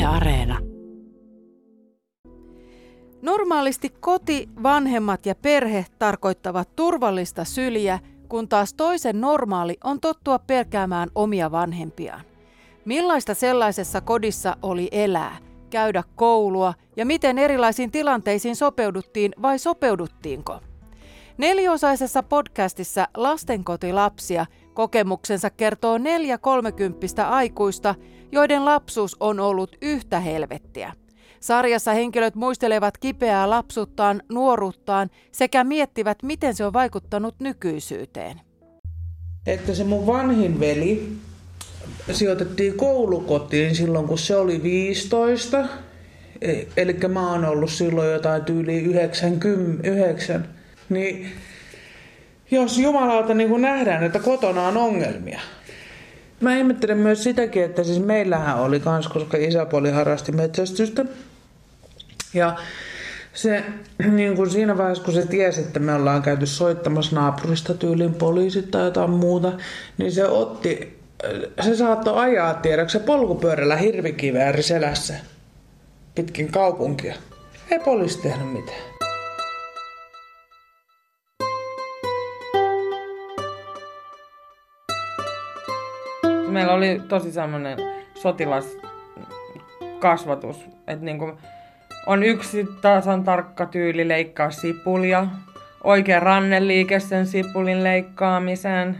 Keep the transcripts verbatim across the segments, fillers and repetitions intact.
Areena. Normaalisti koti, vanhemmat ja perhe tarkoittavat turvallista syliä, kun taas toisen normaali on tottua pelkäämään omia vanhempiaan. Millaista sellaisessa kodissa oli elää, käydä koulua ja miten erilaisiin tilanteisiin sopeuduttiin vai sopeuduttiinko? Neliosaisessa podcastissa Lastenkotilapsia kokemuksensa kertoo neljä kolmekymppistä aikuista, joiden lapsuus on ollut yhtä helvettiä. Sarjassa henkilöt muistelevat kipeää lapsuuttaan, nuoruuttaan sekä miettivät, miten se on vaikuttanut nykyisyyteen. Että se mun vanhin veli sijoitettiin koulukotiin silloin, kun se oli viisitoista. Eli mä oon ollut silloin jotain tyyli yhdeksänkymmentäyhdeksän. Niin jos jumalauta niin kun nähdään, että kotona on ongelmia. Mä ihmettelen myös sitäkin, että siis meillähän oli kans, koska isäpuoli harrasti metsästystä. Ja se, niin kun siinä vaiheessa, kun se tiesi, että me ollaan käyty soittamassa naapurista tyyliin poliisit tai jotain muuta, niin se otti, se saattoi ajaa tiedäksä polkupyörällä hirvikivääri selässä pitkin kaupunkia. Ei poliisi tehnyt mitään. Meillä oli tosi semmoinen sotilaskasvatus, että niinku on yksi tasan tarkka tyyli leikkaa sipulia, oikea ranneliike sen sipulin leikkaamiseen.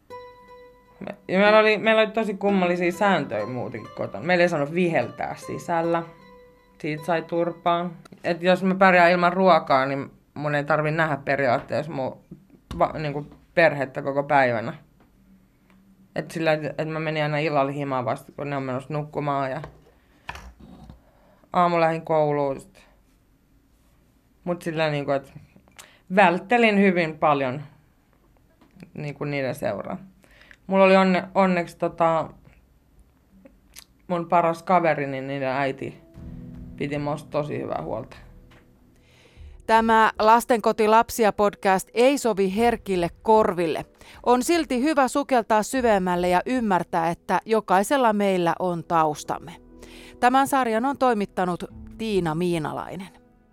Ja meillä oli, meillä oli tosi kummallisia sääntöjä muutenkin kotona. Meillä ei saanut viheltää sisällä, siitä sai turpaan. Et jos mä pärjään ilman ruokaa, niin mun ei tarvi nähdä periaatteessa mun va, niinku perhettä koko päivänä. Että sillä, että mä menin aina illalla himaan vasta, kun ne on menossa nukkumaan ja aamulla lähdin kouluun. Mut sillä niinku, että välttelin hyvin paljon niinku niiden seuraa. Mulla oli onne, onneksi tota, mun paras kaveri, niin niiden äiti piti musta tosi hyvää huolta. Tämä Lastenkotilapsia podcast ei sovi herkille korville. On silti hyvä sukeltaa syvemmälle ja ymmärtää, että jokaisella meillä on taustamme. Tämän sarjan on toimittanut Tiina Miinalainen.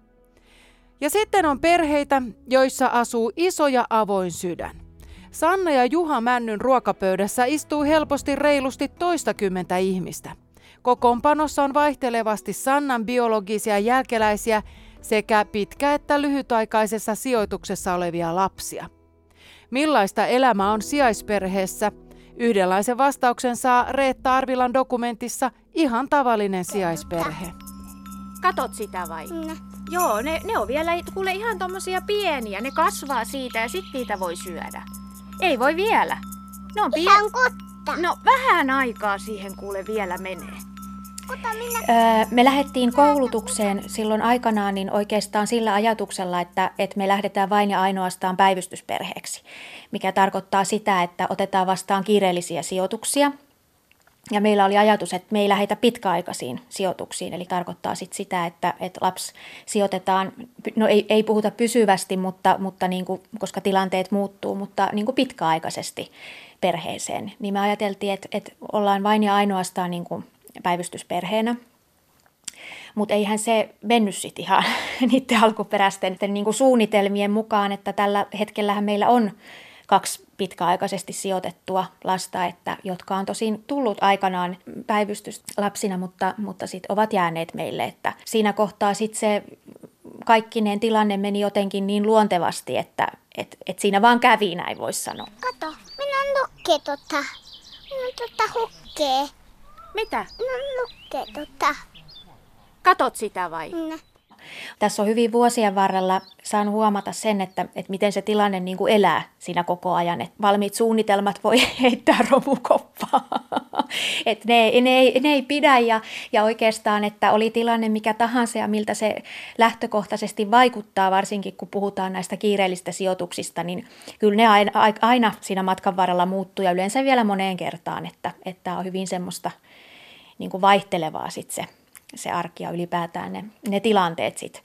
Ja sitten on perheitä, joissa asuu iso ja avoin sydän. Sanna ja Juha Männyn ruokapöydässä istuu helposti reilusti toistakymmentä ihmistä. Kokoonpanossa on vaihtelevasti Sannan biologisia jälkeläisiä sekä pitkä- että lyhytaikaisessa sijoituksessa olevia lapsia. Millaista elämä on sijaisperheessä? Yhdenlaisen vastauksen saa Reetta Arvilan dokumentissa Ihan tavallinen sijaisperhe. Katot sitä vai? No. Joo, ne, ne on vielä kuule ihan tommosia pieniä. Ne kasvaa siitä ja sit niitä voi syödä. Ei voi vielä. Ne on Ihan pie- kotta. No vähän aikaa siihen kuule vielä menee. Öö, me lähdettiin koulutukseen silloin aikanaan niin oikeastaan sillä ajatuksella, että, että me lähdetään vain ja ainoastaan päivystysperheeksi, mikä tarkoittaa sitä, että otetaan vastaan kiireellisiä sijoituksia. Ja meillä oli ajatus, että me ei lähetä pitkäaikaisiin sijoituksiin, eli tarkoittaa sit sitä, että, että lapsi sijoitetaan, no ei, ei puhuta pysyvästi, mutta, mutta niin kuin, koska tilanteet muuttuu, mutta niin kuin pitkäaikaisesti perheeseen. Niin me ajateltiin, että, että ollaan vain ja ainoastaan niin kuin päivystysperheenä. Mutta eihän se mennyt sitten ihan niiden alkuperäisten niin kuin suunnitelmien mukaan, että tällä hetkellähän meillä on kaksi pitkäaikaisesti sijoitettua lasta, että, jotka on tosin tullut aikanaan päivystyslapsina, mutta, mutta sitten ovat jääneet meille. Että siinä kohtaa sitten se kaikkineen tilanne meni jotenkin niin luontevasti, että et, et siinä vaan kävi, näin voisi sanoa. Kato, minä nukkee tota. Minä tota hukkee. Mitä? Minä nukkee tota. Katot sitä vai? No. Tässä on hyvin vuosien varrella saanut huomata sen, että, että miten se tilanne niin kuin elää siinä koko ajan. Että valmiit suunnitelmat voi heittää romukoppaan. Että ne, ne, ei, ne ei pidä ja, ja oikeastaan, että oli tilanne mikä tahansa ja miltä se lähtökohtaisesti vaikuttaa, varsinkin kun puhutaan näistä kiireellisistä sijoituksista, niin kyllä ne aina, aina siinä matkan varrella muuttuu ja yleensä vielä moneen kertaan, että, että on hyvin semmoista niin kuin vaihtelevaa sitten se. se arki ja ylipäätään ne, ne tilanteet sitten.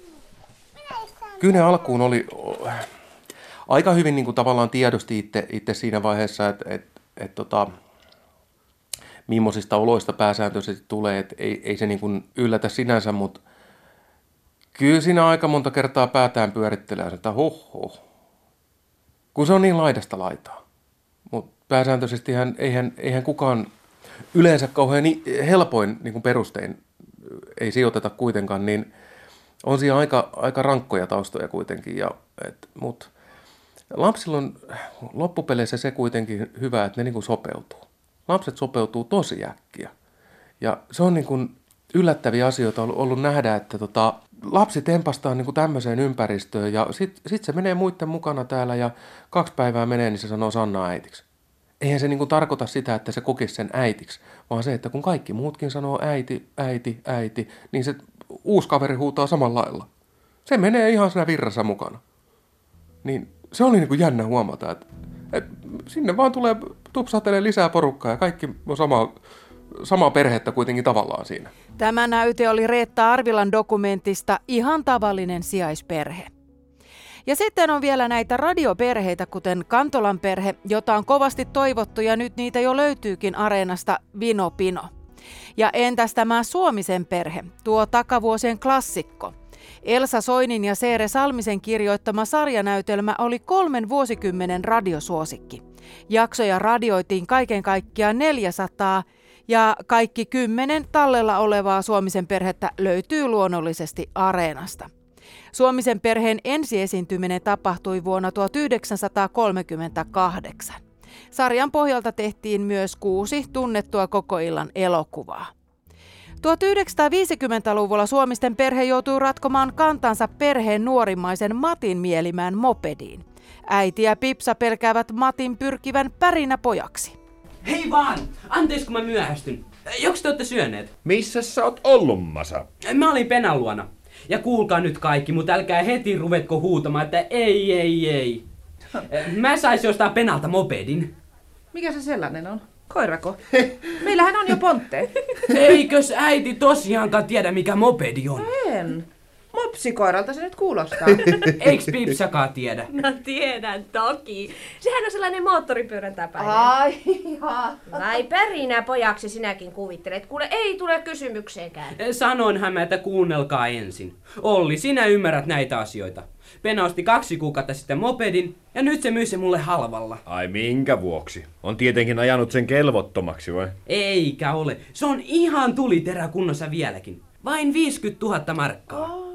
Kyllä ne alkuun oli aika hyvin niin kuin tavallaan tiedosti itse, itse siinä vaiheessa, että et, et, tota, millaisista oloista pääsääntöisesti tulee, että ei, ei se niin kuin yllätä sinänsä, mutta kyllä siinä aika monta kertaa päätään pyörittelee, että huh, huh. Kun se on niin laidasta laitaa. Mutta pääsääntöisesti eihän, eihän, eihän kukaan yleensä kauhean helpoin niin kuin perustein ei sijoiteta kuitenkaan, niin on siinä aika, aika rankkoja taustoja kuitenkin. Ja, et, mut lapsilla on loppupeleissä se kuitenkin hyvä, että ne niin kuin sopeutuu. Lapset sopeutuu tosi äkkiä. Ja se on niin kuin yllättäviä asioita ollut, ollut nähdä, että tota, lapsi tempastaa niin kuin tämmöiseen ympäristöön ja sitten sit se menee muiden mukana täällä ja kaksi päivää menee, niin se sanoo Sannaa äitiksi. Eihän se niin kuin tarkoita sitä, että se kokisi sen äitiksi, vaan se, että kun kaikki muutkin sanoo äiti, äiti, äiti, niin se uusi kaveri huutaa samalla lailla. Se menee ihan siinä virrassa mukana. Niin se oli niin kuin jännä huomata, että, että sinne vaan tulee tupsahtelee lisää porukkaa ja kaikki on sama, samaa perhettä kuitenkin tavallaan siinä. Tämä näyte oli Reetta Arvilan dokumentista Ihan tavallinen sijaisperhe. Ja sitten on vielä näitä radioperheitä, kuten Kantolan perhe, jota on kovasti toivottu ja nyt niitä jo löytyykin Areenasta vino pino. Ja entäs tämä Suomisen perhe, tuo takavuosien klassikko? Elsa Soinin ja Seere Salmisen kirjoittama sarjanäytelmä oli kolmen vuosikymmenen radiosuosikki. Jaksoja radioitiin kaiken kaikkiaan neljäsataa ja kaikki kymmenen tallella olevaa Suomisen perhettä löytyy luonnollisesti Areenasta. Suomisen perheen ensiesiintyminen tapahtui vuonna tuhatyhdeksänsataakolmekymmentäkahdeksan. Sarjan pohjalta tehtiin myös kuusi tunnettua koko illan elokuvaa. tuhatyhdeksänsataaviisikymmentäluvulla Suomisten perhe joutui ratkomaan kantansa perheen nuorimmaisen Matin mielimään mopediin. Äiti ja Pipsa pelkäävät Matin pyrkivän pärinäpojaksi. Hei vaan! Anteeksi kun mä myöhästyn. Joks te ootte syöneet? Missä sä oot ollut, Masa? Mä olin Penan luona. Ja kuulkaa nyt kaikki, mutta älkää heti ruvetko huutamaan, että ei, ei, ei. Mä sais jostain Penalta mopedin. Mikä se sellainen on? Koirako? Meillähän on jo Pontte. Eikös äiti tosiaankaan tiedä, mikä mopedi on? En. Mopsikoiralta se nyt kuulostaa. Eiks Pipsakaan tiedä? No tiedän toki. Sehän on sellainen moottoripyörän tapainen. Ai ihan. Vai perinä pojaksi sinäkin kuvittelet? Kuule, ei tule kysymykseenkään. Sanoinhan mä, että kuunnelkaa ensin. Olli, sinä ymmärrät näitä asioita. Pena osti kaksi kuukautta sitten mopedin ja nyt se myy se mulle halvalla. Ai minkä vuoksi? On tietenkin ajanut sen kelvottomaksi vai? Eikä ole. Se on ihan tuliteräkunnossa vieläkin. Vain viisikymmentätuhatta markkaa.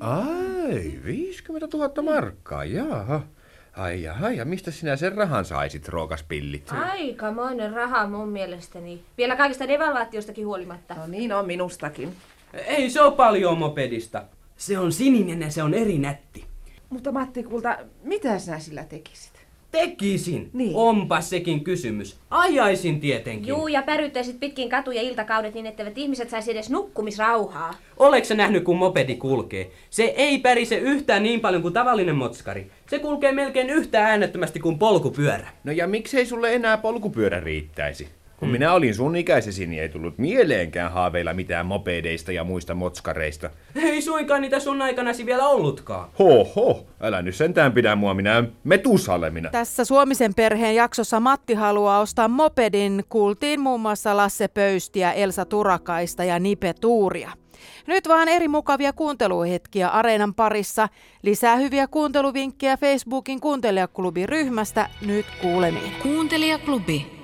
Ai, viisikymmentätuhatta markkaa, jaha. Ai jaha, ja mistä sinä sen rahan saisit, rookaspillit? Aikamoinen raha mun mielestäni. Vielä kaikista devalvaatiostakin huolimatta. No niin on minustakin. Ei se ole paljon mopedista. Se on sininen ja se on eri nätti. Mutta Matti, kulta, mitä sinä sillä tekisit? Tekisin. Niin. Onpas sekin kysymys. Ajaisin tietenkin. Juu, ja päryttäisit pitkin katuja iltakaudet niin, etteivät ihmiset saisi edes nukkumisrauhaa. Oleks sä nähnyt, kun mopedi kulkee? Se ei pärise yhtään niin paljon kuin tavallinen motskari. Se kulkee melkein yhtä äänettömästi kuin polkupyörä. No ja miksei sulle enää polkupyörä riittäisi? Kun hmm. minä olin sun ikäisesi, niin ei tullut mieleenkään haaveilla mitään mopedeista ja muista motskareista. Ei suinkaan niitä sun aikanasi vielä ollutkaan. Hoho, älä nyt sentään pidä mua minä Metusalemina. Tässä Suomisen perheen jaksossa Matti haluaa ostaa mopedin kuultiin muun muassa Lasse Pöystiä, Elsa Turakaista ja Nipe Tuuria. Nyt vaan eri mukavia kuunteluhetkiä Areenan parissa. Lisää hyviä kuunteluvinkkejä Facebookin kuuntelijaklubin ryhmästä. Nyt kuulemiin. Kuuntelijaklubi.